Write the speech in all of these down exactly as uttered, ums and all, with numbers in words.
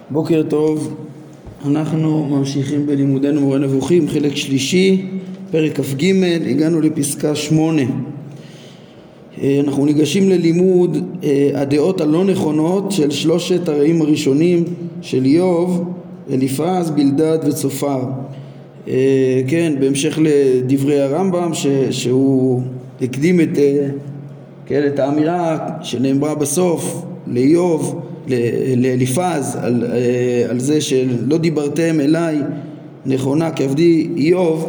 בוקר טוב, אנחנו ממשיכים בלימודנו מורה נבוכים, חלק שלישי, פרק כ"ג, הגענו לפסקה שמונה. אנחנו ניגשים ללימוד הדעות הלא נכונות של שלושת הרעים הראשונים של איוב, אליפז, בלדד וצופר. כן, בהמשך לדברי הרמב"ם ש, שהוא הקדים את, כן, את האמירה שנאמרה בסוף לאיוב, לאליפז, על, על זה שלא דיברתם אליי נכונה כעבדי איוב.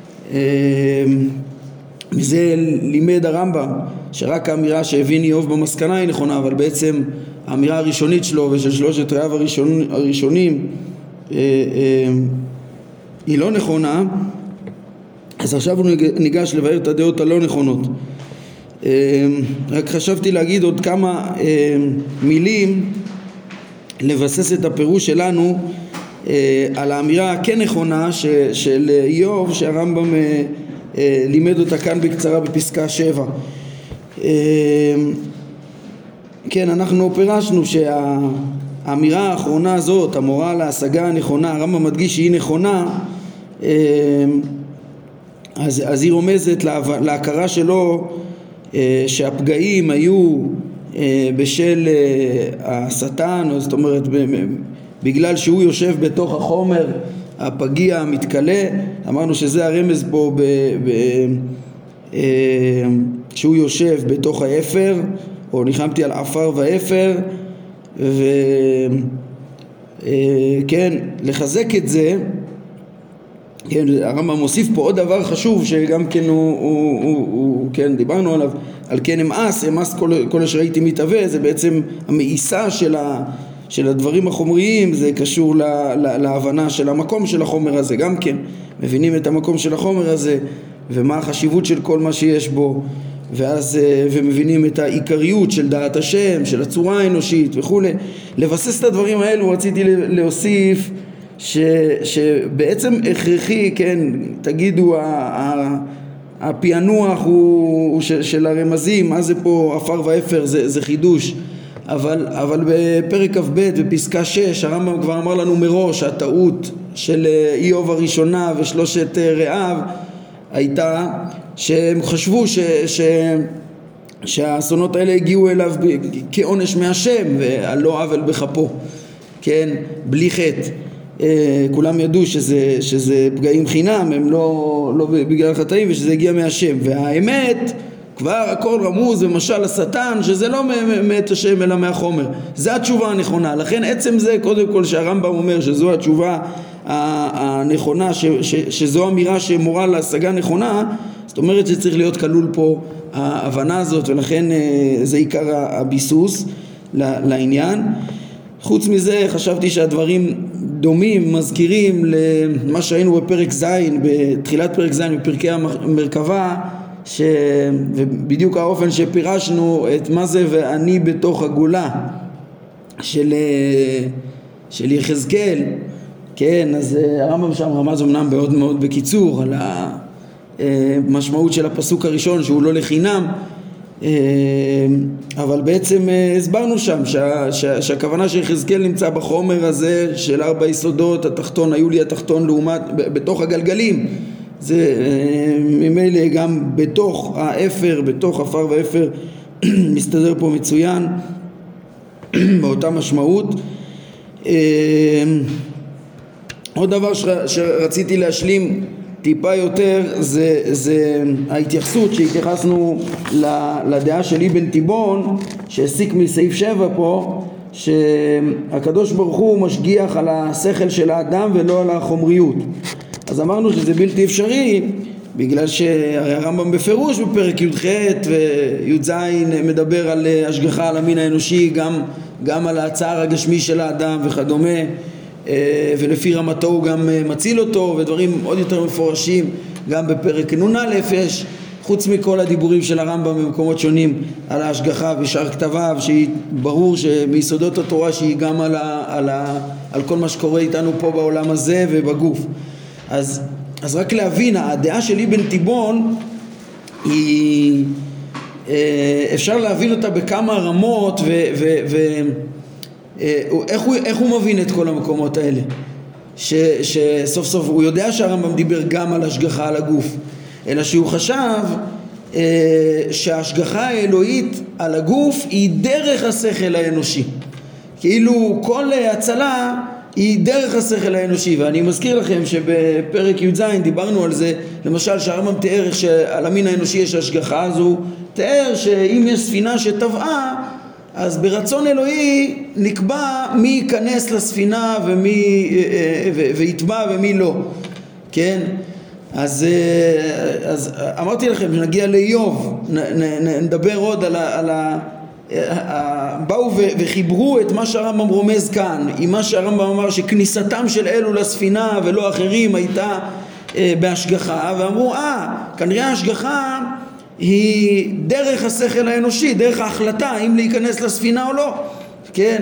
מזה לימד הרמב"ם שרק האמירה שהבין איוב במסקנה היא נכונה, אבל בעצם האמירה הראשונית שלו ושל שלושת רעיו הראשון, הראשונים היא לא נכונה. אז עכשיו הוא ניגש לבאר את הדעות הלא נכונות. רק חשבתי להגיד עוד כמה מילים לבסס את הפירוש שלנו על האמירה הכן נכונה של איוב, שהרמב"ם לימד אותה כאן בקצרה בפסקה שבע. כן, אנחנו פירשנו שהאמירה האחרונה הזאת, המורה להשגה הנכונה, הרמב"ם מדגיש שהיא נכונה, אז, אז היא רומזת לה, להכרה שלו שהפגעים היו בשל השטן, זאת אומרת בגלל שהוא יושב בתוך החומר הפגיע המתכלה. אמרנו שזה הרמז פה ב, ב, שהוא יושב בתוך האפר, או ניחמתי על עפר ואפר, וכן, לחזק את זה. כן, הרמב"ם מוסיף פה עוד דבר חשוב שגם כן הוא, הוא, הוא, הוא כן, דיברנו עליו, על כן אמאס, אמאס כל, כל אשר הייתי מתהווה, זה בעצם המאיסה של, ה, של הדברים החומריים, זה קשור לה, לה, להבנה של המקום של החומר הזה, גם כן מבינים את המקום של החומר הזה ומה החשיבות של כל מה שיש בו, ואז ומבינים את העיקריות של דעת השם, של הצורה האנושית וכו'. לבסס את הדברים האלו רציתי להוסיף ש, שבעצם הכרחי, כן, תגידו הפענוח הוא, הוא של, של הרמזים, מה זה פה עפר ואפר, זה, זה חידוש, אבל, אבל בפרק כ"ב בפסקה שש הרמב"ם כבר אמר לנו מראש הטעות של איוב הראשונה ושלושת רעיו הייתה שהם חשבו ש, ש, שהאסונות האלה הגיעו אליו כעונש מהשם ועל לא עוול בכפו, כן, בלי חטא. כולם ידעו שזה, שזה פגעים חינם, הם לא, לא בגלל חטאים, ושזה הגיע מהשם. והאמת, כבר הכל רמוז ומשל השטן, שזה לא מאת השם אלא מהחומר. זו התשובה הנכונה. לכן עצם זה, קודם כל שהרמב"ם אומר שזו התשובה הנכונה, ש, ש, שזו אמירה שמורה להשגה נכונה, זאת אומרת שצריך להיות כלול פה ההבנה הזאת, ולכן זה עיקר הביסוס לעניין. חוץ מזה חשבתי שהדברים דומים, מזכירים למה שהיינו בפרק ז', בתחילת פרק ז' בפרקי המרכבה, ש... ובדיוק האופן שפירשנו את מה זה ואני בתוך הגולה של, של יחזקאל. כן, אז הרמב"ם שם רמז אמנם מאוד מאוד בקיצור על המשמעות של הפסוק הראשון שהוא לא לחינם, אבל בעצם הסברנו שם שה, שה, שהכוונה שיחזקאל נמצא בחומר הזה של ארבע יסודות, התחתון, היו לי התחתון לעומת בתוך הגלגלים, זה ממילא גם בתוך האפר, בתוך עפר ואפר מסתדר פה מצוין באותה משמעות. עוד דבר שרציתי להשלים טיפה יותר זה, זה ההתייחסות שהתייחסנו לדעה של אבן תיבון שהסיק מסעיף שבע פה, שהקדוש ברוך הוא משגיח על השכל של האדם ולא על החומריות. אז אמרנו שזה בלתי אפשרי, בגלל שהרמב"ם בפירוש בפרק י"ח וי"ז מדבר על השגחה על המין האנושי, גם, גם על הצער הגשמי של האדם וכדומה, ולפי רמתו הוא גם מציל אותו, ודברים עוד יותר מפורשים גם בפרק נ"א יש, חוץ מכל הדיבורים של הרמב"ם במקומות שונים על ההשגחה בשאר כתביו, שהיא ברור שמיסודות התורה שהיא גם על, ה, על, ה, על כל מה שקורה איתנו פה בעולם הזה ובגוף. אז, אז רק להבין, הדעה של אבן תיבון היא אפשר להבין אותה בכמה רמות ו, ו, ו, איך הוא, איך הוא מבין את כל המקומות האלה? ש, שסוף סוף הוא יודע שהרמב"ם דיבר גם על השגחה על הגוף, אלא שהוא חשב שההשגחה האלוהית על הגוף היא דרך השכל האנושי, כאילו כל הצלה היא דרך השכל האנושי. ואני מזכיר לכם שבפרק י"ז דיברנו על זה, למשל שהרמב"ם תיאר שעל המין האנושי יש השגחה, אז הוא תיאר שאם יש ספינה שטבעה, אז ברצון אלוהי נקבע מי ייכנס לספינה ומי ויטבע ומי לא, כן? אז, אז אמרתי לכם שנגיע לאיוב, נ, נ, נדבר עוד על ה... על ה באו וחיברו את מה שהרמב"ם רומז כאן עם מה שהרמב"ם אמר שכניסתם של אלו לספינה ולא אחרים הייתה בהשגחה, ואמרו אה, כנראה ההשגחה היא דרך השכל האנושי, דרך ההחלטה אם להיכנס לספינה או לא, כן?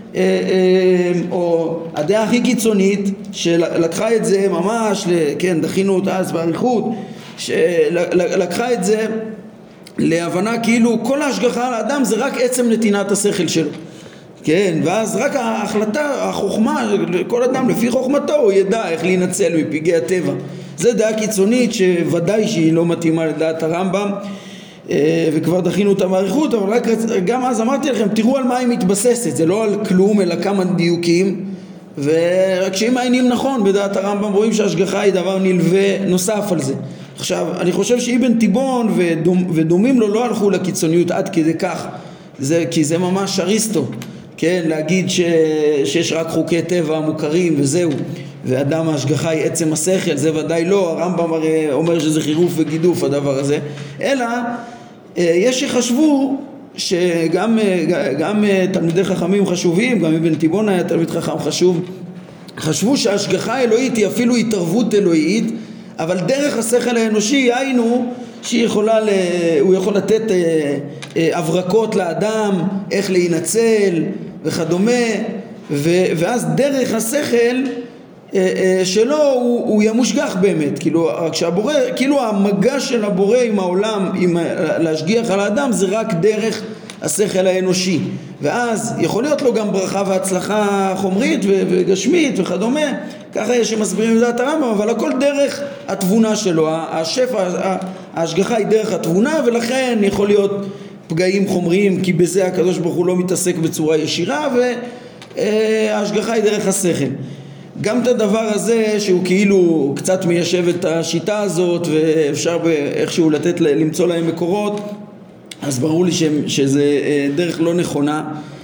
או הדעה הכי קיצונית שלקחה את זה ממש, כן, דחינו אותה אז בעריכות, שלקחה את זה להבנה כאילו כל ההשגחה על האדם זה רק עצם נתינת השכל שלו, כן, ואז רק ההחלטה, החוכמה, כל אדם לפי חוכמתו הוא ידע איך להינצל מפגעי הטבע. זה דעה קיצונית שוודאי שהיא לא מתאימה לדעת הרמב"ם, וכבר דחינו אותה בעריכות, אבל רק, גם אז אמרתי לכם, תראו על מה היא מתבססת, זה לא על כלום אלא כמה דיוקים, ורק שאם מעיינים נכון בדעת הרמב"ם רואים שההשגחה היא דבר נלווה נוסף על זה. עכשיו, אני חושב שאבן תיבון ודומ, ודומים לו לא הלכו לקיצוניות עד כדי כך, זה, כי זה ממש אריסטו, כן, להגיד ש, שיש רק חוקי טבע מוכרים וזהו, ואדם ההשגחה היא עצם השכל, זה ודאי לא, הרמב"ם הרי אומר שזה חירוף וגידוף הדבר הזה, אלא יש שחשבו שגם גם תלמידי חכמים חשובים, גם אבן תיבון היה תלמיד חכם חשוב, חשבו שההשגחה האלוהית היא אפילו התערבות אלוהית, אבל דרך השכל האנושי היינו שהיא יכולה, הוא יכול לתת הברקות לאדם, איך להינצל וכדומה, ואז דרך השכל שלו הוא, הוא יהיה מושגח באמת, כאילו, כשהבורא, כאילו המגע של הבורא עם העולם, עם להשגיח על האדם, זה רק דרך השכל האנושי, ואז יכול להיות לו גם ברכה והצלחה חומרית וגשמית וכדומה, ככה יש שמסבירים לדעת הרמב"ם, אבל הכל דרך התבונה שלו, השפע, ההשגחה היא דרך התבונה, ולכן יכול להיות פגעים חומריים, כי בזה הקדוש ברוך הוא לא מתעסק בצורה ישירה, וההשגחה היא דרך השכל. גם את הדבר הזה שהוא כאילו קצת מיישב את השיטה הזאת ואפשר איכשהו לתת, למצוא להם מקורות, אז ברור לי שזה דרך לא נכונה,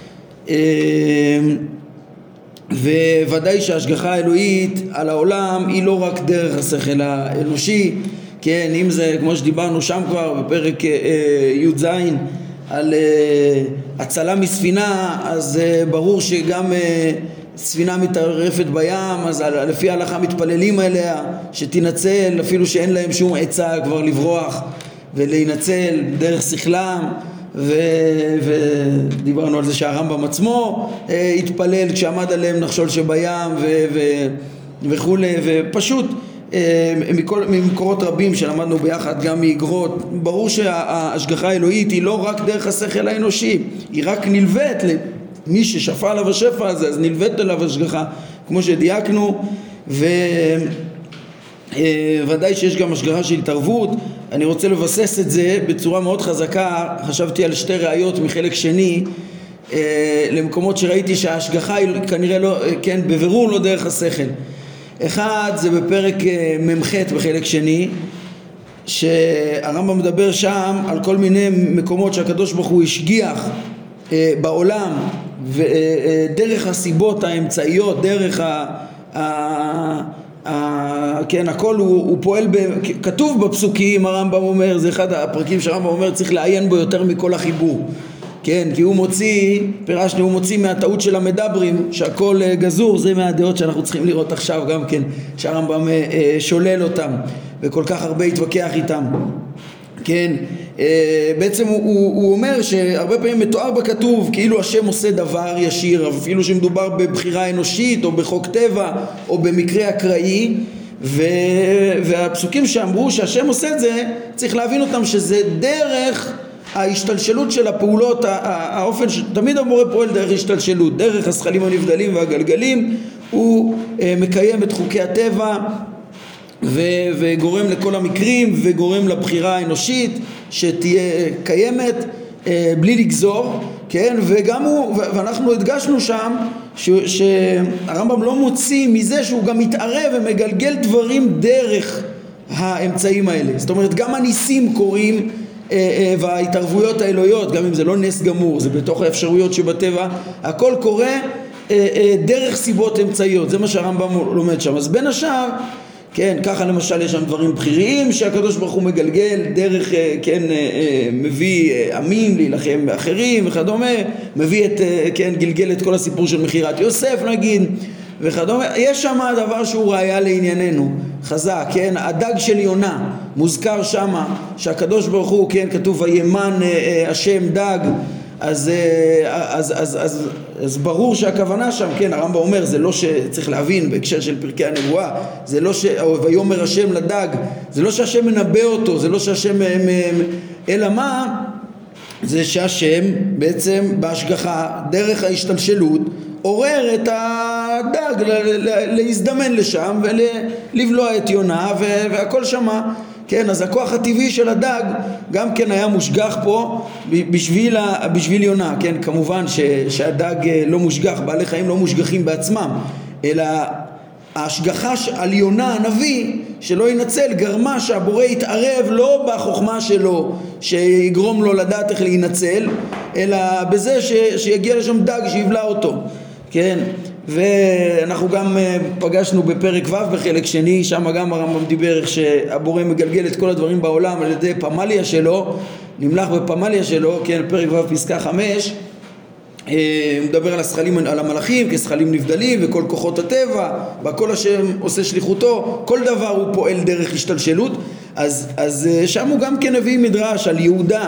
וודאי שההשגחה האלוהית על העולם היא לא רק דרך השכל האנושי, כן, אם זה כמו שדיברנו שם כבר בפרק י"ז על הצלה מספינה, אז ברור שגם ספינה מתערפת בים, אז לפי ההלכה מתפללים עליה שתנצל, אפילו שאין להם שום עצה כבר לברוח ולהינצל דרך שכלם, ו... ודיברנו על זה שהרמב"ם עצמו אה, התפלל כשעמד עליהם נחשול שבים ו... ו... וכו', ופשוט אה, מכל... ממקורות רבים שלמדנו ביחד, גם מאגרות, ברור שההשגחה האלוהית היא לא רק דרך השכל האנושי, היא רק נלווית למי ששפע עליו השפע הזה, אז נלווית עליו השגחה כמו שדייקנו, ו... ודאי שיש גם השגחה של התערבות. אני רוצה לבסס את זה בצורה מאוד חזקה, חשבתי על שתי ראיות מחלק שני למקומות שראיתי שההשגחה היא כנראה לא, כן, בבירור לא דרך השכל. אחד זה בפרק ממ"ח בחלק שני, שהרמב"ם מדבר שם על כל מיני מקומות שהקדוש ברוך הוא השגיח בעולם, ודרך הסיבות האמצעיות, דרך ה... ה כן, הכל הוא, הוא פועל, ב, כתוב בפסוקים, הרמב"ם אומר, זה אחד הפרקים שהרמב"ם אומר, צריך לעיין בו יותר מכל החיבור, כן, כי הוא מוציא, פירשנו, הוא מוציא מהטעות של המדברים, שהכל גזור, זה מהדעות שאנחנו צריכים לראות עכשיו גם כן, שהרמב"ם שולל אותם, וכל כך הרבה התווכח איתם, כן, בעצם הוא, הוא, הוא אומר שהרבה פעמים מתואר בכתוב כאילו השם עושה דבר ישיר, אפילו שמדובר בבחירה אנושית או בחוק טבע או במקרה אקראי, ו, והפסוקים שאמרו שהשם עושה את זה, צריך להבין אותם שזה דרך ההשתלשלות של הפעולות, האופן שתמיד המורה פועל דרך השתלשלות, דרך השכלים הנבדלים והגלגלים, הוא מקיים את חוקי הטבע וגורם לכל המקרים ושגורם לבחירה האנושית שתהיה קיימת בלי לגזור, כן? וגם הוא, ואנחנו הדגשנו שם ש, שהרמב"ם לא מוציא מזה שהוא גם מתערב ומגלגל דברים דרך האמצעים האלה. זאת אומרת, גם הניסים קורים וההתערבויות האלוהיות, גם אם זה לא נס גמור, זה בתוך האפשרויות שבטבע, הכל קורה דרך סיבות אמצעיות. זה מה שהרמב"ם לומד שם. אז בין השאר, כן, ככה למשל יש שם דברים בחיריים שהקדוש ברוך הוא מגלגל דרך, כן, מביא עמים להילחם באחרים וכדומה, מביא את, כן, גלגל את כל הסיפור של מחירת יוסף נגיד וכדומה. יש שם דבר שהוא ראיה לענייננו חזק, כן, הדג של יונה מוזכר שם שהקדוש ברוך הוא, כן, כתוב וימן השם דג, אז, אז, אז, אז, אז ברור שהכוונה שם, כן, הרמב"ם אומר, זה לא שצריך להבין בהקשר של פרקי הנבואה, זה לא ש... ויאמר השם לדג, זה לא שהשם מנבא אותו, זה לא שהשם, אלא מה? זה שהשם בעצם בהשגחה, דרך ההשתלשלות, עורר את הדג להזדמן לשם ולבלוע את יונה והכל שמה, כן, אז הכוח הטבעי של הדג גם כן היה מושגח פה בשביל, בשביל יונה, כן, כמובן ש, שהדג לא מושגח, בעלי חיים לא מושגחים בעצמם, אלא ההשגחה על יונה הנביא שלא ינצל גרמה שהבורא יתערב לא בחוכמה שלו שיגרום לו לדעת איך להינצל, אלא בזה ש, שיגיע לשם דג שיבלע אותו, כן. ואנחנו גם פגשנו בפרק ו' בחלק שני, שם גם הרמב"ם דיבר איך שהבורא מגלגל את כל הדברים בעולם על ידי פמליה שלו, נמלך בפמליה שלו, כן, פרק ו' פסקה חמש, הוא מדבר על השכלים, על המלאכים כשכלים נבדלים וכל כוחות הטבע, בכל השם עושה שליחותו, כל דבר הוא פועל דרך השתלשלות. אז, אז שם הוא גם כן הביא מדרש על יהודה,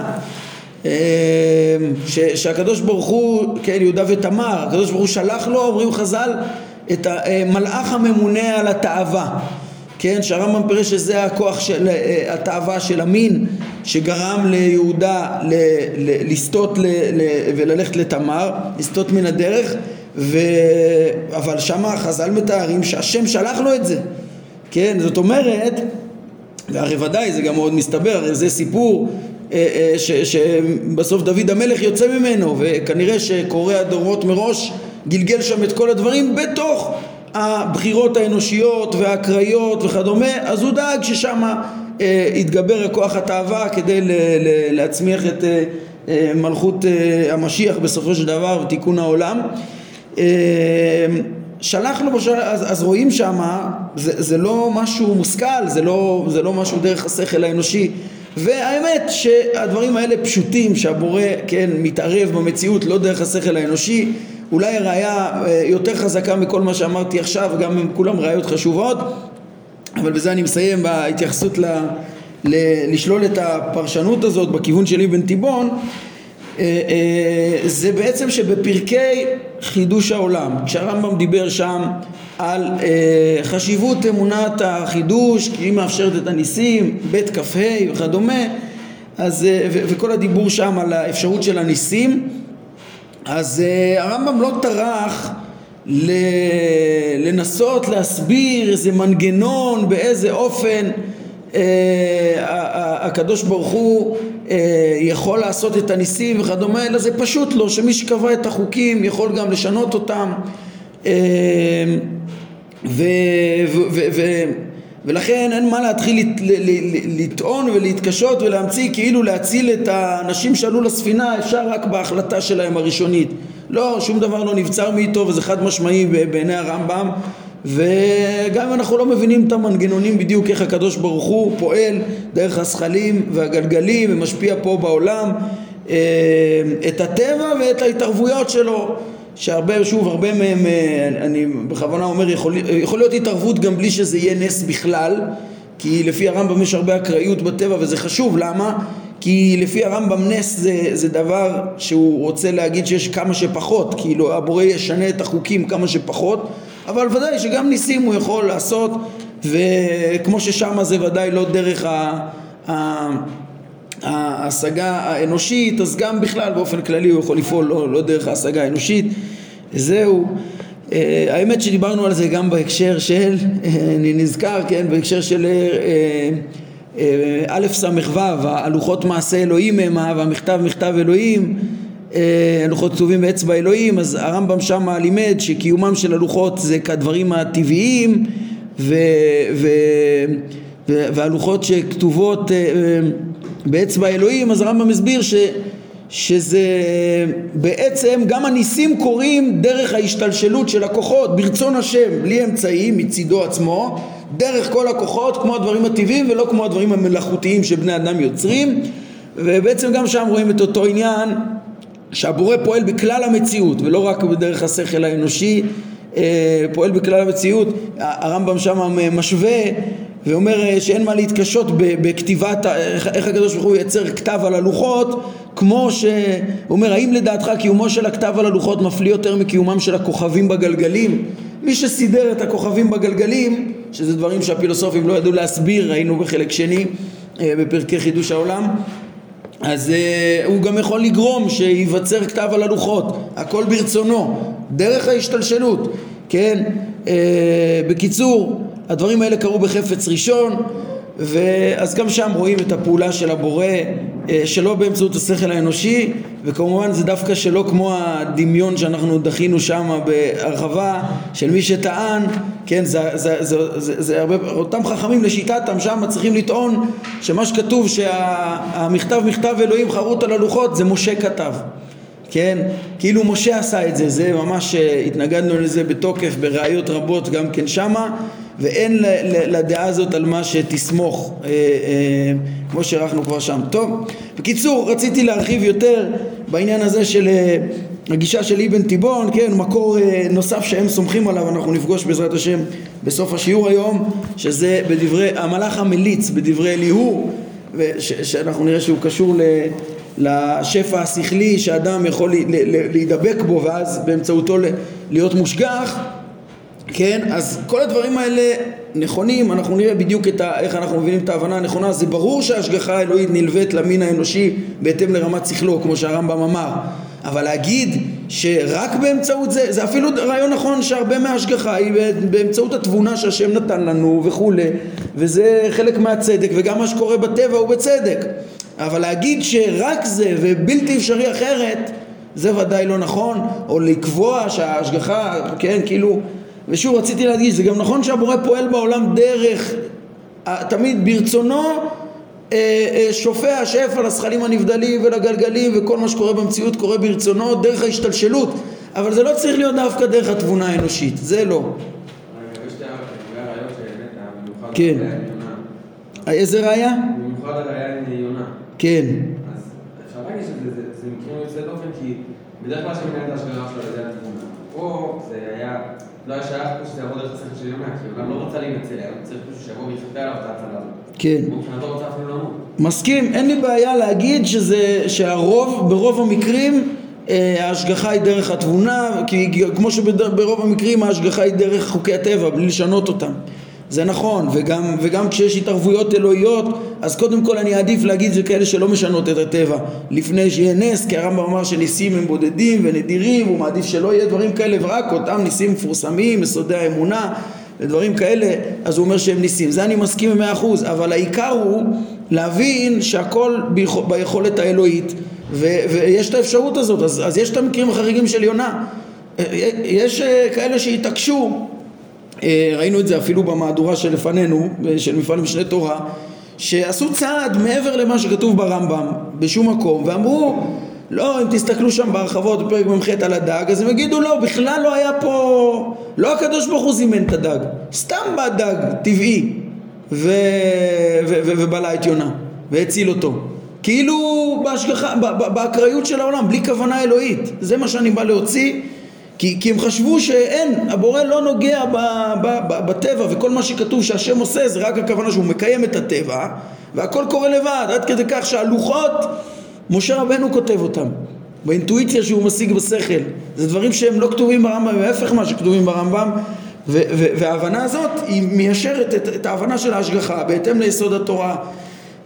ש, שהקדוש ברוך הוא, כן, יהודה ותמר, הקדוש ברוך הוא שלח לו, אומרים חז"ל, את המלאך הממונה על התאווה, כן, שהרמב"ם פירש שזה הכוח של התאווה של המין שגרם ליהודה ל, ל, לסטות ל, ל, וללכת לתמר, לסטות מן הדרך, ו, אבל שם חז"ל מתארים שהשם שלח לו את זה, כן, זאת אומרת, והרי ודאי זה גם מאוד מסתבר, הרי זה סיפור ש, שבסוף דוד המלך יוצא ממנו, וכנראה שקורא הדורות מראש גלגל שם את כל הדברים בתוך הבחירות האנושיות והקריות וכדומה, אז הוא דאג ששם אה, יתגבר הכוח התאווה כדי ל, ל, להצמיח את אה, מלכות אה, המשיח בסופו של דבר ותיקון העולם. אה, שלחנו בשל... אז, אז רואים שם, זה, זה לא משהו מושכל, זה לא, זה לא משהו דרך השכל האנושי, והאמת שהדברים האלה פשוטים, שהבורא, כן, מתערב במציאות לא דרך השכל האנושי, אולי הראיה יותר חזקה מכל מה שאמרתי עכשיו, גם הם כולם ראיות חשובות, אבל בזה אני מסיים בהתייחסות ל, ל, לשלול את הפרשנות הזאת בכיוון שלי בן תיבון. זה בעצם שבפרקי חידוש העולם, כשהרמב"ם דיבר שם על חשיבות אמונת החידוש, כי היא מאפשרת את הניסים, בית כ"ה וכדומה, אז, ו, וכל הדיבור שם על האפשרות של הניסים, אז הרמב"ם לא טרח לנסות להסביר איזה מנגנון, באיזה אופן הקדוש ברוך הוא יכול לעשות את הניסים וכדומה, אלא זה פשוט לא, שמי שקבע את החוקים יכול גם לשנות אותם, ו, ו, ו, ו, ולכן אין מה להתחיל לטעון ולהתקשות ולהמציא כאילו להציל את האנשים שעלו לספינה אפשר רק בהחלטה שלהם הראשונית. לא, שום דבר לא נבצר מאיתו, וזה חד משמעי בעיני הרמב"ם, וגם אנחנו לא מבינים את המנגנונים בדיוק איך הקדוש ברוך הוא פועל דרך השכלים והגלגלים ומשפיע פה בעולם את הטבע ואת ההתערבויות שלו, שהרבה, שוב, הרבה מהם, אני בכוונה אומר, יכול, יכול להיות התערבות גם בלי שזה יהיה נס בכלל, כי לפי הרמב"ם יש הרבה אקראיות בטבע וזה חשוב. למה? כי לפי הרמב"ם נס זה, זה דבר שהוא רוצה להגיד שיש כמה שפחות, כאילו הבורא ישנה את החוקים כמה שפחות, אבל ודאי שגם ניסים הוא יכול לעשות, וכמו ששם זה ודאי לא דרך ה... ה ההשגה האנושית, אז גם בכלל באופן כללי הוא יכול לפעול לא, לא דרך ההשגה האנושית. זהו. האמת שדיברנו על זה גם בהקשר של, אני נזכר, כן, בהקשר של א' סמך ו', הלוחות מעשה אלוהים הם, והמכתב מכתב אלוהים, הלוחות כתובים באצבע אלוהים. אז הרמב"ם שם לימד שקיומם של הלוחות זה כדברים הטבעיים, ו, ו, ו, והלוחות שכתובות באצבע אלוהים, אז הרמב"ם מסביר ש, שזה בעצם גם הניסים קורים דרך ההשתלשלות של הכוחות ברצון השם, בלי אמצעים מצידו עצמו, דרך כל הכוחות, כמו הדברים הטבעיים ולא כמו הדברים המלאכותיים שבני אדם יוצרים. ובעצם גם שם רואים את אותו עניין שהבורא פועל בכלל המציאות ולא רק בדרך השכל האנושי, פועל בכלל המציאות. הרמב"ם שם משווה ואומר שאין מה להתקשות בכתיבת, איך הקדוש ברוך הוא ייצר כתב על הלוחות, כמו שהוא אומר, האם לדעתך קיומו של הכתב על הלוחות מפליא יותר מקיומם של הכוכבים בגלגלים? מי שסידר את הכוכבים בגלגלים, שזה דברים שהפילוסופים לא ידעו להסביר, ראינו בחלק שני בפרקי חידוש העולם, אז uh, הוא גם יכול לגרום שיווצר כתב על הלוחות, הכל ברצונו, דרך ההשתלשלות, כן? Uh, בקיצור, הדברים האלה קרו בחפץ ראשון, ואז גם שם רואים את הפעולה של הבורא, uh, שלא באמצעות השכל האנושי, וכמובן זה דווקא שלא כמו הדמיון שאנחנו דחינו שם בהרחבה של מי שטען, כן, זה, זה, זה, זה, זה הרבה, אותם חכמים לשיטתם שם צריכים לטעון שמה שכתוב שהמכתב מכתב אלוהים חרוט על הלוחות זה משה כתב, כן, כאילו משה עשה את זה, זה ממש התנגדנו לזה בתוקף בראיות רבות גם כן שמה, ואין לדעה הזאת על מה שתסמוך, אה, אה, כמו שראינו כבר שם. טוב, בקיצור רציתי להרחיב יותר בעניין הזה של הגישה של אבן תיבון, כן, מקור נוסף שהם סומכים עליו, אנחנו נפגוש בעזרת השם בסוף השיעור היום, שזה בדברי המלאך המליץ, בדברי אליהו, שאנחנו נראה שהוא קשור לשפע השכלי שאדם יכול להידבק בו ואז באמצעותו להיות מושגח, כן, אז כל הדברים האלה נכונים, אנחנו נראה בדיוק את ה, איך אנחנו מבינים את ההבנה הנכונה. זה ברור שההשגחה האלוהית נלווית למין האנושי בהתאם לרמת שכלו, כמו שהרמב"ם אמר, אבל להגיד שרק באמצעות זה, זה אפילו רעיון נכון שהרבה מההשגחה היא באמצעות התבונה שהשם נתן לנו וכו', וזה חלק מהצדק, וגם מה שקורה בטבע הוא בצדק, אבל להגיד שרק זה ובלתי אפשרי אחרת, זה ודאי לא נכון, או לקבוע שההשגחה, כן, כאילו, ושוב רציתי להדגיש, זה גם נכון שהבורא פועל בעולם דרך, תמיד ברצונו, שופע השפע לשכלים הנבדלים ולגלגלים, וכל מה שקורה במציאות קורה ברצונו דרך ההשתלשלות, אבל זה לא צריך להיות דווקא דרך התבונה האנושית, זה לא. כן. איזה ראיה? במיוחד הראיה עם יונה. כן. אז אפשר להגיד שזה מקרים יוצא דופן, כי בדרך כלל שמנהל את ההשגחה שלו על ידי התבונה. פה זה היה, לא היה שייך פה שזה יעבוד דרך השכל של יונה, כי הוא גם לא רצה להינצל, היה צריך פשוט שיבוא ויחפה עליו את ההצלה הזאת. כן. הוא מבחינתו רוצה אפילו למות. מסכים, אין לי בעיה להגיד שזה, שהרוב, ברוב המקרים, ההשגחה היא דרך התבונה, כי כמו שברוב המקרים ההשגחה היא דרך חוקי הטבע, בלי לשנות אותם. זה נכון, וגם, וגם כשיש התערבויות אלוהיות, אז קודם כל אני עדיף להגיד זה כאלה שלא משנות את הטבע, לפני שיהיה נס, כי הרמב"ם אמר שניסים הם בודדים ונדירים, הוא מעדיף שלא יהיה דברים כאלה, ורק אותם ניסים מפורסמים, מסודי האמונה, ודברים כאלה, אז הוא אומר שהם ניסים. זה אני מסכים במאה אחוז, אבל העיקר הוא להבין שהכל ביכולת האלוהית, ו- ויש את האפשרות הזאת, אז, אז יש את המקרים החריגים של יונה. יש כאלה שהתעקשו, ראינו את זה אפילו במהדורה שלפנינו, של מפעל משנה תורה, שעשו צעד מעבר למה שכתוב ברמב"ם, בשום מקום, ואמרו, לא, אם תסתכלו שם בהרחבות בפרק ממחית על הדג, אז הם יגידו, לא, בכלל לא היה פה, לא הקדוש ברוך הוא זימן את הדג, סתם בא דג טבעי, ו... ו... ו... ובלע את יונה, והציל אותו. כאילו בהשגחה, באקראיות של העולם, בלי כוונה אלוהית. זה מה שאני בא להוציא, כי, כי הם חשבו שאין, הבורא לא נוגע ב, ב, ב, בטבע, וכל מה שכתוב שהשם עושה זה רק הכוונה שהוא מקיים את הטבע, והכל קורה לבד, עד כדי כך שהלוחות, משה רבנו כותב אותם, באינטואיציה שהוא משיג בשכל. זה דברים שהם לא כתובים ברמב"ם, והפך מה שכתובים ברמב"ם, ו, ו, וההבנה הזאת היא מיישרת את, את ההבנה של ההשגחה, בהתאם ליסוד התורה.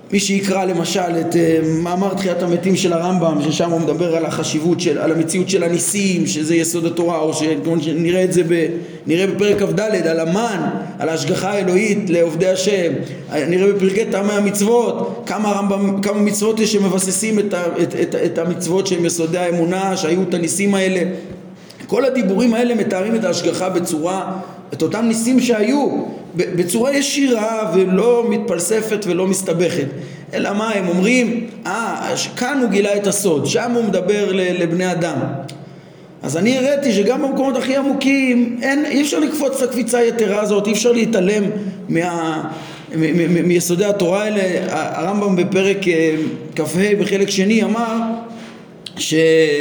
מי שיקרא למשל את uh, מאמר תחיית המתים של הרמב"ם, ששם הוא מדבר על החשיבות של, על המציאות של הניסים, שזה יסוד התורה, או שנראה את זה ב, נראה בפרק כ"ד על המן, על ההשגחה האלוהית לעובדי השם, נראה בפרקי טעמי המצוות, כמה הרמב"ם, כמה מצוות יש שמבססים את, ה, את, את, את המצוות שהם יסודי האמונה, שהיו את הניסים האלה. כל הדיבורים האלה מתארים את ההשגחה בצורה, את אותם ניסים שהיו, בצורה ישירה ולא מתפלספת ולא מסתבכת. אלא מה הם אומרים? אה, כאן הוא גילה את הסוד, שם הוא מדבר לבני אדם. אז אני הראיתי שגם במקומות הכי עמוקים, אין, אי אפשר לקפוץ את הקפיצה היתרה הזאת, אי אפשר להתעלם מה, מ, מ, מ, מיסודי התורה האלה. הרמב"ם בפרק כ"ה בחלק שני אמר ש...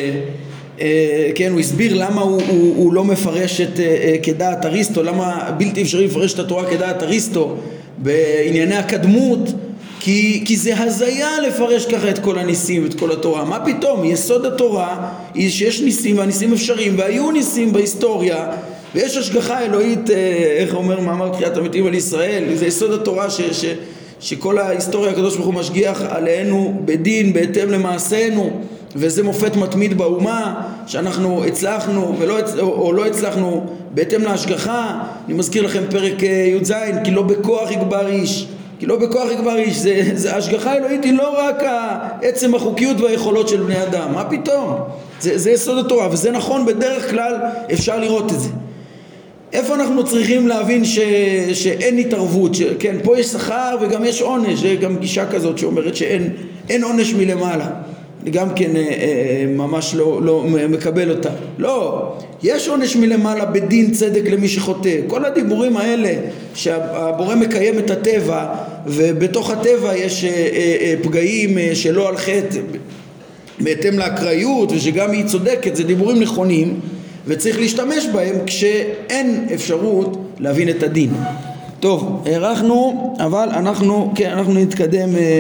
כן, הוא הסביר למה הוא, הוא, הוא לא מפרש את כדעת אריסטו, למה בלתי אפשרי לפרש את התורה כדעת אריסטו בענייני הקדמות, כי, כי זה הזיה לפרש ככה את כל הניסים, את כל התורה. מה פתאום? יסוד התורה היא שיש ניסים, והניסים אפשריים, והיו ניסים בהיסטוריה, ויש השגחה אלוהית, איך אומר מאמר תחיית המתים על ישראל, זה יסוד התורה ש, ש, שכל ההיסטוריה הקדוש ברוך הוא משגיח עלינו בדין, בהתאם למעשינו, וזה מופת מתמיד באומה, שאנחנו הצלחנו ולא, או לא הצלחנו בהתאם להשגחה. אני מזכיר לכם פרק י"ז, כי לא בכוח יגבר איש, כי לא בכוח יגבר איש, זה, זה השגחה אלוהית, היא לא רק עצם החוקיות והיכולות של בני אדם, מה פתאום? זה, זה יסוד התורה, וזה נכון, בדרך כלל אפשר לראות את זה. איפה אנחנו צריכים להבין ש, שאין התערבות, ש, כן, פה יש שכר וגם יש עונש, זה גם גישה כזאת שאומרת שאין אין עונש מלמעלה. אני גם כן אה, אה, ממש לא, לא מקבל אותה. לא, יש עונש מלמעלה בדין צדק למי שחוטא. כל הדיבורים האלה שהבורא מקיים את הטבע, ובתוך הטבע יש אה, אה, פגעים אה, שלא על חטא בהתאם לאקראיות, ושגם היא צודקת, זה דיבורים נכונים, וצריך להשתמש בהם כשאין אפשרות להבין את הדין. טוב, הערכנו, אבל אנחנו, כן, אנחנו נתקדם אה,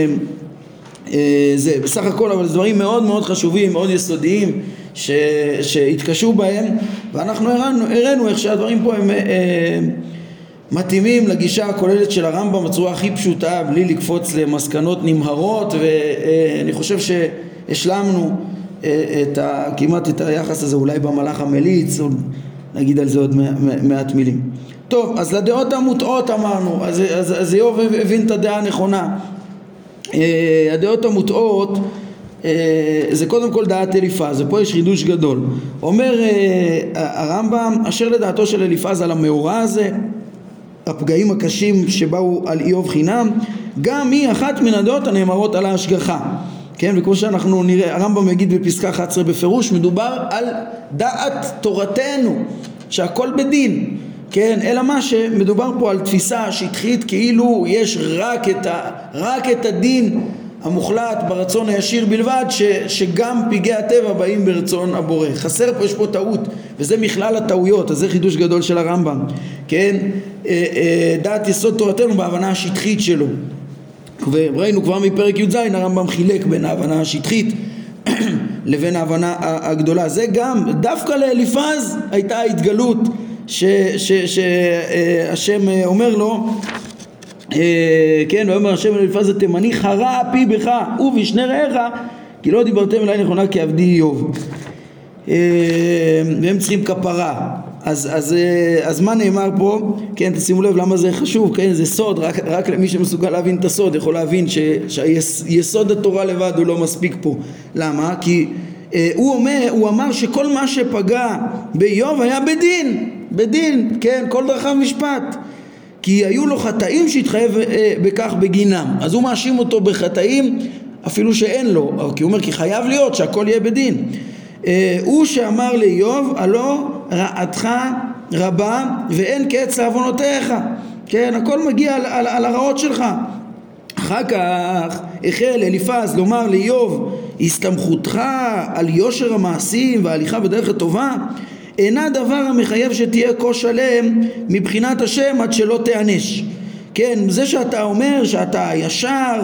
זה בסך הכל, אבל זה דברים מאוד מאוד חשובים, מאוד יסודיים ש, שהתקשו בהם, ואנחנו הראינו, הראינו איך שהדברים פה הם אה, מתאימים לגישה הכוללת של הרמב"ם בצורה הכי פשוטה, בלי לקפוץ למסקנות נמהרות, ואני חושב שהשלמנו את ה, כמעט את היחס הזה אולי במהלך המליץ, או נגיד על זה עוד מעט מילים. טוב, אז לדעות המוטעות אמרנו, אז, אז, אז איוב הבין את הדעה הנכונה. הדעות המוטעות זה קודם כל דעת אליפז, ופה יש חידוש גדול. אומר הרמב"ם, אשר לדעתו של אליפז על המאורע הזה, הפגעים הקשים שבאו על איוב חינם, גם היא אחת מן הדעות הנאמרות על ההשגחה. כן, וכמו שאנחנו נראה, הרמב"ם יגיד בפסקה אחת עשרה בפירוש, מדובר על דעת תורתנו, שהכל בדין. כן, אלא מה שמדובר פה על תפיסה שטחית, כאילו יש רק את, ה, רק את הדין המוחלט ברצון הישיר בלבד, ש, שגם פגעי הטבע באים ברצון הבורא. חסר פה, יש פה טעות, וזה מכלל הטעויות, אז זה חידוש גדול של הרמב"ם. כן, דעת יסוד תורתנו בהבנה השטחית שלו. וראינו כבר מפרק י"ז, הרמב"ם חילק בין ההבנה השטחית לבין ההבנה הגדולה. זה גם, דווקא לאליפז הייתה התגלות, שהשם אומר לו, כן, ואומר השם לאליפז התימני, חרה אפי בך ובשני רעיך, כי לא דיברתם אליי נכונה כעבדי איוב. והם צריכים כפרה. אז, אז, אז מה נאמר פה? כן, תשימו לב למה זה חשוב, כן, זה סוד, רק, רק למי שמסוגל להבין את הסוד יכול להבין ש, שיסוד התורה לבד הוא לא מספיק פה. למה? כי אה, הוא אומר, הוא אמר שכל מה שפגע באיוב היה בדין, בדין, כן, כל דרכיו משפט, כי היו לו חטאים שהתחייב אה, בכך בגינם. אז הוא מאשים אותו בחטאים אפילו שאין לו, כי הוא אומר כי חייב להיות שהכל יהיה בדין. אה, הוא שאמר לאיוב, הלא רעתך רבה ואין קץ לעוונותיך, כן, הכל מגיע על, על, על הרעות שלך. אחר כך החל אליפז לומר לאיוב, הסתמכותך על יושר המעשים וההליכה בדרך הטובה אינה דבר המחייב שתהיה כה שלם מבחינת השם עד שלא תענש. כן, זה שאתה אומר שאתה ישר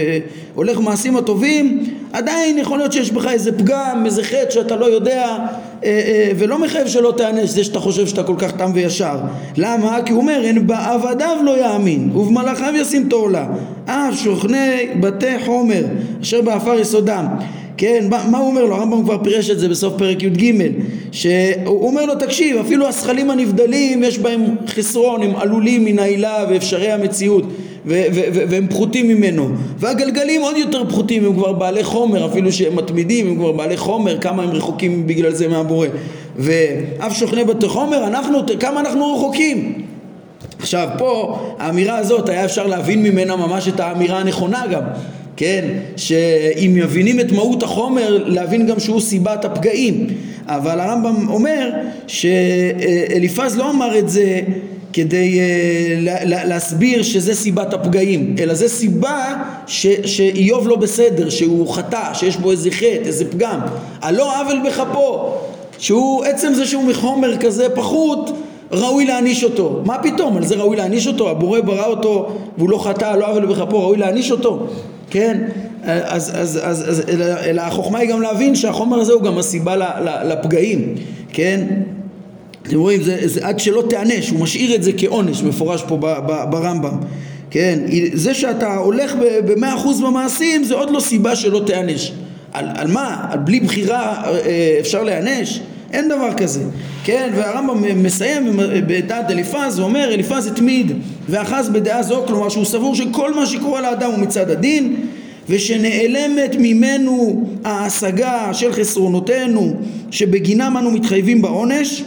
והולך מעשים הטובים, עדיין יכול להיות שיש בך איזה פגם, איזה חטא שאתה לא יודע ולא מחייב שלא תענש זה שאתה חושב שאתה כל כך תם וישר. למה? כי הוא אומר אין בעבדיו לא יאמין ובמלאכיו ישים תורלה אף שוכני בתי חומר אשר באפר יסודם. כן, מה הוא אומר לו? הרמב"ם כבר פירש את זה בסוף פרק י"ג, שהוא אומר לו תקשיב, אפילו השכלים הנבדלים יש בהם חסרון, הם עלולים מן העילה ואפשרי המציאות ו- ו- ו- והם פחותים ממנו, והגלגלים עוד יותר פחותים, הם כבר בעלי חומר, אפילו שהם מתמידים הם כבר בעלי חומר, כמה הם רחוקים בגלל זה מהבורא. ואף שוכני בתי חומר, אנחנו, כמה אנחנו רחוקים. עכשיו פה האמירה הזאת היה אפשר להבין ממנה ממש את האמירה הנכונה גם, כן, שאם מבינים את מהות החומר להבין גם שהוא סיבת הפגעים. אבל הרמב"ם אומר שאליפז לא אמר את זה כדי להסביר שזה סיבת הפגעים, אלא זה סיבה ש, שאיוב לא בסדר, שהוא חטא, שיש בו איזה חטא, איזה פגם, הלא עוול בכפו, שהוא עצם זה שהוא מחומר כזה פחות ראוי להעניש אותו. מה פתאום? על זה ראוי להעניש אותו? הבורא ברא אותו והוא לא חטא, לא עוול בכפו, ראוי להעניש אותו? כן, אז, אז, אז, אז אלא החוכמה היא גם להבין שהחומר הזה הוא גם הסיבה לפגעים, כן? אתם רואים, זה, זה עד שלא תענש, הוא משאיר את זה כעונש, מפורש פה ב, ב, ברמב"ם, כן? זה שאתה הולך ב-מאה אחוז במעשים, זה עוד לא סיבה שלא תענש. על, על מה? על בלי בחירה אפשר להענש? אין דבר כזה, כן? והרמב"ם מסיים בדעת אליפז, הוא אומר, אליפז התמיד ואחז בדעה זו, כלומר שהוא סבור שכל מה שקורה לאדם הוא מצד הדין, ושנעלמת ממנו ההשגה של חסרונותינו שבגינם אנו מתחייבים בעונש,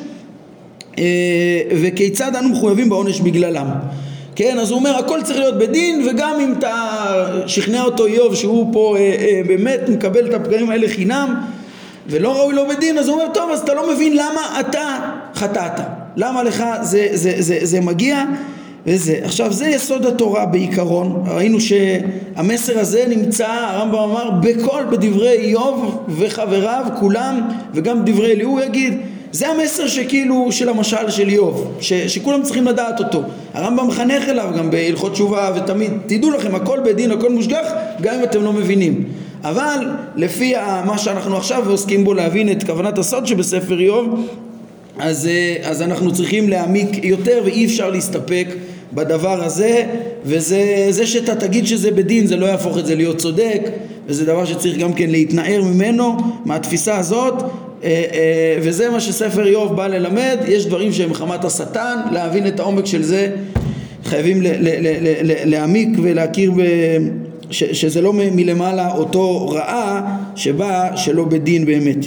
וכיצד אנו מחויבים בעונש בגללם. כן, אז הוא אומר הכל צריך להיות בדין, וגם אם אתה שכנע אותו איוב שהוא פה באמת מקבל את הפגעים האלה חינם ולא ראוי לו בדין, אז הוא אומר טוב, אז אתה לא מבין למה אתה חטאת, למה לך זה, זה, זה, זה מגיע וזה. עכשיו זה יסוד התורה בעיקרון, ראינו שהמסר הזה נמצא, הרמב"ם אמר, בכל, בדברי איוב וחבריו כולם, וגם דברי אליהו יגיד, זה המסר שכאילו של המשל של איוב, ש, שכולם צריכים לדעת אותו. הרמב"ם מחנך אליו גם בהלכות תשובה, ותמיד תדעו לכם הכל בדין, הכל מושגח, גם אם אתם לא מבינים. אבל לפי מה שאנחנו עכשיו עוסקים בו להבין את כוונת הסוד שבספר איוב, אז, אז אנחנו צריכים להעמיק יותר, ואי אפשר להסתפק בדבר הזה, וזה זה שאתה תגיד שזה בדין זה לא יהפוך את זה להיות צודק, וזה דבר שצריך גם כן להתנער ממנו, מהתפיסה הזאת, וזה מה שספר איוב בא ללמד. יש דברים שהם מחמת השטן, להבין את העומק של זה חייבים ל- ל- ל- ל- להעמיק ולהכיר ב... ש- שזה לא מ- מלמעלה אותו רעה שבא שלא בדין באמת.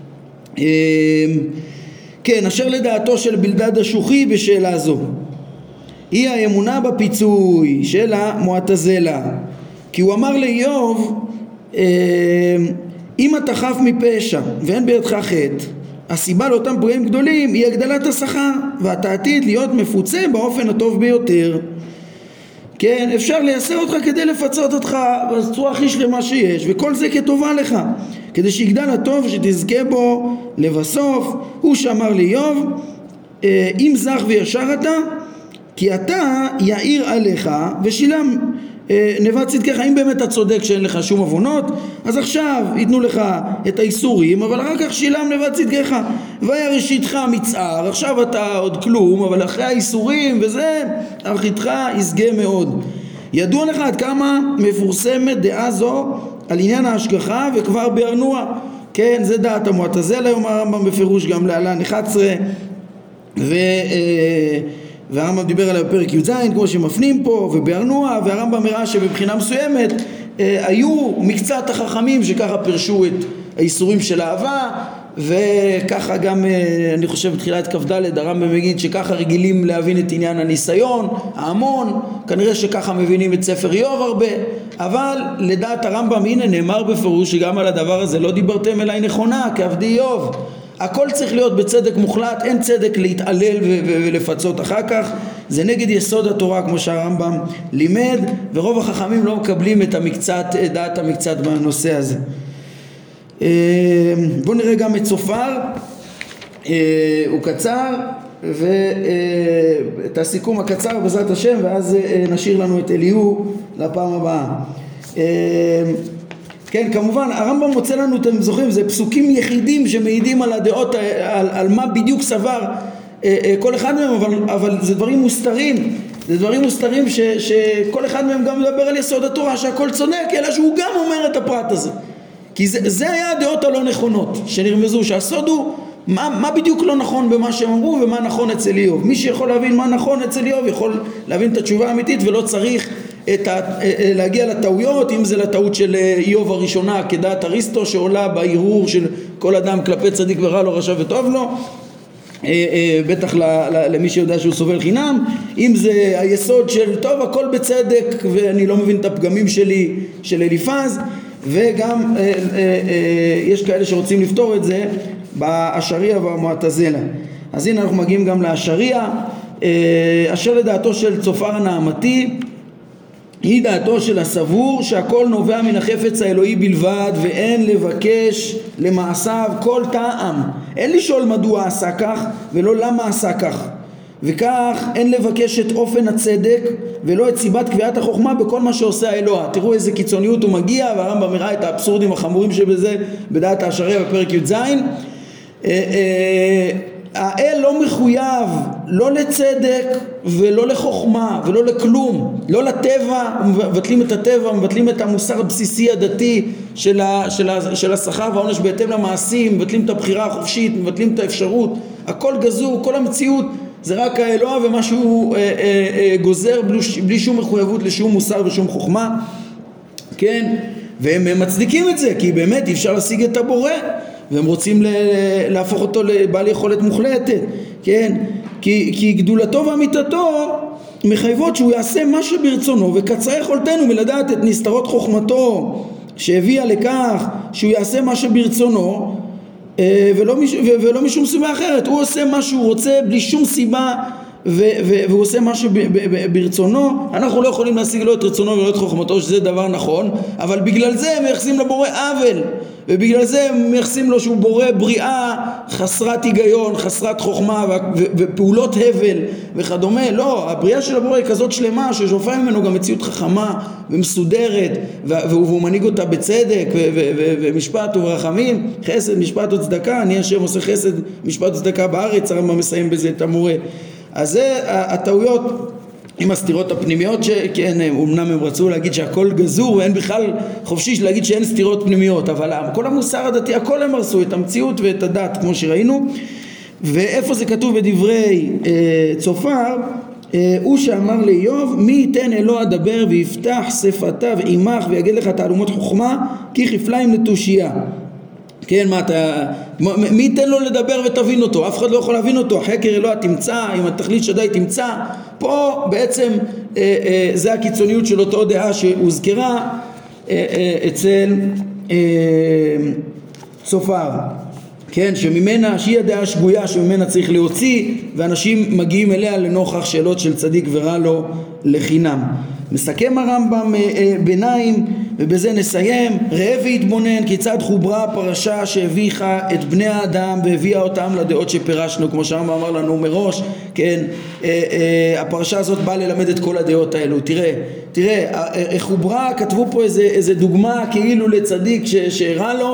כן, אשר לדעתו של בלדד השוחי בשאלה זו היא האמונה בפיצוי של המועתזלה, כי הוא אמר לאיוב, אם אתה חף מפשע ואין בידך חטא, הסיבה לאותם פגעים גדולים היא הגדלת השכר, ואתה עתיד להיות מפוצה באופן הטוב ביותר. כן, אפשר לייסר אותך כדי לפצות אותך בצורה הכי שלמה שיש, וכל זה כטובה לך, כדי שיגדל הטוב שתזכה בו לבסוף. הוא שאמר לאיוב, אם זך וישר אתה, כי אתה יאיר עליך ושילם נבט צדקך. אם באמת אתה צודק שאין לך שום עוונות, אז עכשיו ייתנו לך את האיסורים, אבל אחר כך שילם נבט צדקך. והיה ראשיתך מצער, עכשיו אתה עוד כלום, אבל אחרי האיסורים וזה, ארכיתך יסגה מאוד. ידוע לך עד כמה מפורסמת דעה זו על עניין ההשגחה וכבר בארנוע. כן, זה דעת המועתזלה, היום הרמב"ם בפירוש גם להלן אחת עשרה, ו... והרמב"ם דיבר עליו בפרק י"ז כמו שמפנים פה ובארנוע, והרמב"ם הראה שבבחינה מסוימת אה, היו מקצת החכמים שככה פרשו את האיסורים של אהבה, וככה גם אה, אני חושב בתחילת כ"ד הרמב"ם מגיד שככה רגילים להבין את עניין הניסיון, ההמון, כנראה שככה מבינים את ספר איוב הרבה, אבל לדעת הרמב"ם הנה נאמר בפירוש שגם על הדבר הזה לא דיברתם אליי נכונה כעבדי איוב. הכל צריך להיות בצדק מוחלט, אין צדק להתעלל ו- ו- ולפצות אחר כך, זה נגד יסוד התורה כמו שהרמב"ם לימד, ורוב החכמים לא מקבלים את המקצת, דעת המקצת בנושא הזה. בואו נראה גם את צופר, הוא קצר, ואת הסיכום הקצר בעזרת השם, ואז נשאיר לנו את אליהו לפעם הבאה. כן, כמובן, הרמב"ם מוצא לנו, אתם זוכרים, זה פסוקים יחידים שמעידים על הדעות, על, על מה בדיוק סבר כל אחד מהם, אבל, אבל זה דברים מוסתרים, זה דברים מוסתרים ש, שכל אחד מהם גם מדבר על יסוד התורה, שהכל צודק, אלא שהוא גם אומר את הפרט הזה. כי זה, זה היה הדעות הלא נכונות, שנרמזו, שהסוד הוא מה, מה בדיוק לא נכון במה שהם אמרו ומה נכון אצל איוב. מי שיכול להבין מה נכון אצל איוב יכול להבין את התשובה האמיתית, ולא צריך את ה, להגיע לטעויות, אם זה לטעות של איוב הראשונה כדעת אריסטו שעולה בערעור של כל אדם כלפי צדיק ורע לו, רשע וטוב לו, בטח למי שיודע שהוא סובל חינם, אם זה היסוד של טוב הכל בצדק ואני לא מבין את הפגמים שלי של אליפז, וגם יש כאלה שרוצים לפתור את זה באשריה והמועתזלה. אז הנה אנחנו מגיעים גם לאשריה, אשר לדעתו של צופר הנעמתי היא דעתו של הסבור שהכל נובע מן החפץ האלוהי בלבד, ואין לבקש למעשיו כל טעם. אין לשאול מדוע עשה כך ולא למה עשה כך, וכך אין לבקש את אופן הצדק ולא את סיבת קביעת החוכמה בכל מה שעושה האלוה. תראו איזה קיצוניות הוא מגיע, והרמב"ם מראה את האבסורדים החמורים שבזה בדעת האשריה בפרק י"ז. האל לא מחויב לא לצדק ולא לחוכמה ולא לכלום, לא לטבע, מבטלים את הטבע, מבטלים את המוסר הבסיסי הדתי של, ה, של, ה, של השכר והעונש בהתאם למעשים, מבטלים את הבחירה החופשית, מבטלים את האפשרות, הכל גזור, כל המציאות זה רק האלוה ומה שהוא אה, אה, אה, גוזר בלי, בלי שום מחויבות לשום מוסר ושום חוכמה, כן? והם מצדיקים את זה כי באמת אי אפשר להשיג את הבורא, והם רוצים להפוך אותו לבעל יכולת מוחלטת, כן? כי, כי גדולתו ואמיתתו מחייבות שהוא יעשה מה שברצונו, וקצרה יכולתנו מלדעת את נסתרות חוכמתו שהביאה לכך שהוא יעשה מה שברצונו, ולא, מש, ולא משום סיבה אחרת. הוא עושה מה שהוא רוצה בלי שום סיבה, ו- ו- והוא עושה מה שברצונו. אנחנו לא יכולים להשיג לו את רצונו ולא את חוכמתו, שזה דבר נכון, אבל בגלל זה הם מייחסים לבורא עוול, ובגלל זה הם מייחסים לו שהוא בורא בריאה חסרת היגיון, חסרת חוכמה ו- ופעולות הבל וכדומה. לא, הבריאה של הבורא היא כזאת שלמה ששופע ממנו גם מציאות חכמה ומסודרת, ו- והוא מנהיג אותה בצדק ו- ו- ו- ומשפט וברחמים, חסד, משפט וצדקה. אני השם עושה חסד, משפט וצדקה בארץ, הרמב"ם מסיים בזה את המורה. אז זה הטעויות עם הסתירות הפנימיות, שכן, אמנם הם רצו להגיד שהכל גזור ואין בכלל חופשי להגיד שאין סתירות פנימיות, אבל כל המוסר הדתי, הכל הם הרסו, את המציאות ואת הדת כמו שראינו. ואיפה זה כתוב בדברי אה, צופר, אה, הוא שאמר לאיוב, מי ייתן אלוה אדבר ויפתח שפתיו עמך ויגיד לך תעלומות חוכמה כי כפליים לתושייה. כן, מה אתה, מי ייתן לו לדבר ותבין אותו? אף אחד לא יכול להבין אותו. חקר אלוה תמצא, אם התכלית שדי תמצא. פה בעצם אה, אה, זה הקיצוניות של אותו דעה שהוזכרה אה, אה, אצל אה, צופר, כן, שממנה, שהיא הדעה השגויה שממנה צריך להוציא, ואנשים מגיעים אליה לנוכח שאלות של צדיק ורע לו לחינם. מסכם הרמב"ם ביניים, ובזה נסיים. ראה והתבונן כיצד חוברה הפרשה שהביכה את בני האדם והביאה אותם לדעות שפירשנו, כמו שהרמב"ם אמר לנו מראש, כן, הפרשה הזאת באה ללמד את כל הדעות האלו. תראה, תראה, חוברה, כתבו פה איזה, איזה דוגמה כאילו לצדיק שהרע לו,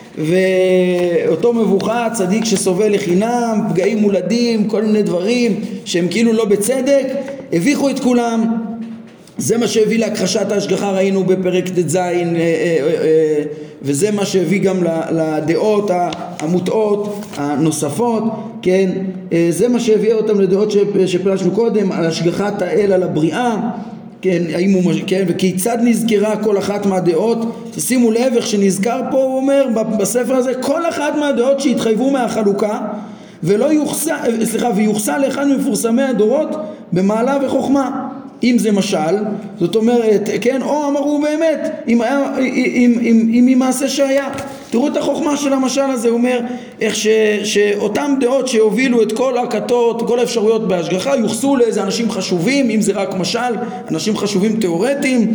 ואותו מבוכה, צדיק שסובל לחינם, פגעים מולדים, כל מיני דברים שהם כאילו לא בצדק, הביכו את כולם. זה מה שהביא להכחשת ההשגחה, ראינו בפרק ט"ז, וזה מה שהביא גם לדעות המוטעות הנוספות, כן, זה מה שהביא אותם לדעות שפרשנו קודם על השגחת האל על הבריאה, כן, האם הוא, כן, וכיצד נזכרה כל אחת מהדעות. תשימו לב איך שנזכר פה, הוא אומר בספר הזה, כל אחת מהדעות שהתחייבו מהחלוקה ולא יוחסה, סליחה, ויוחסה לאחד מפורסמי הדורות במעלה וחוכמה. אם זה משל, זאת אומרת, כן, או אמרו באמת, אם היה, אם, אם, אם, אם מעשה שהיה. תראו את החוכמה של המשל הזה, הוא אומר, איך ש, שאותם דעות שהובילו את כל הכתות, כל האפשרויות בהשגחה, יוחסו לאיזה אנשים חשובים, אם זה רק משל, אנשים חשובים תיאורטיים,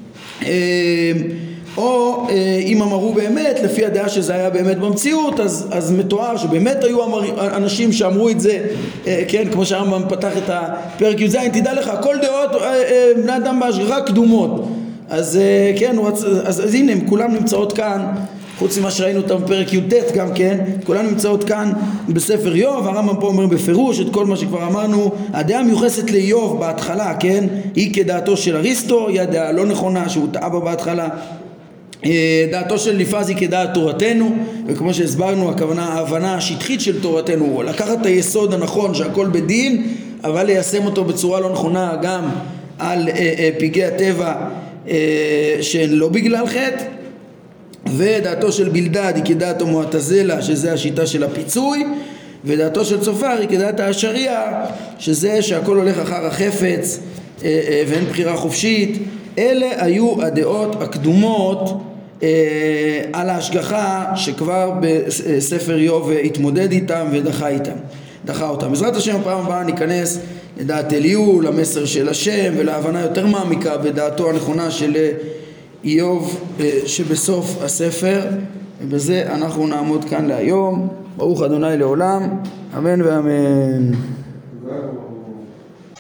או אם אמרו באמת, לפי הדעה שזה היה באמת במציאות, אז, אז מתואר שבאמת היו אנשים שאמרו את זה, כן, כמו שהרמב"ם פתח את הפרק י"ז, תדע לך, כל דעות בני אדם בהשגחה קדומות, אז כן, אז, אז, אז הנה, כולם נמצאות כאן, חוץ ממה שראינו אותם בפרק י"ט גם כן, כולן נמצאות כאן בספר איוב. הרמב"ם פה אומר בפירוש את כל מה שכבר אמרנו. הדעה המיוחסת לאיוב בהתחלה, כן, היא כדעתו של אריסטו, היא הדעה לא נכונה שהוא טעה בה בהתחלה. דעתו של אליפז היא כדעת תורתנו, וכמו שהסברנו, הכוונה, ההבנה השטחית של תורתנו, לקחת את היסוד הנכון שהכל בדין, אבל ליישם אותו בצורה לא נכונה גם על פגעי הטבע שהן לא בגלל חטא. ודעתו של בלדד היא כדעת המועתזלה, שזה השיטה של הפיצוי, ודעתו של צופר היא כדעת האשריה, שזה שהכל הולך אחר החפץ ואין בחירה חופשית. אלה היו הדעות הקדומות על ההשגחה שכבר בספר איוב התמודד איתם ודחה איתם, דחה אותם. בעזרת השם הפעם הבאה ניכנס לדעת אליהו, למסר של השם ולהבנה יותר מעמיקה בדעתו הנכונה של איוב שבסוף הספר. ובזה אנחנו נעמוד כאן להיום. ברוך אדוני לעולם, אמן ואמן.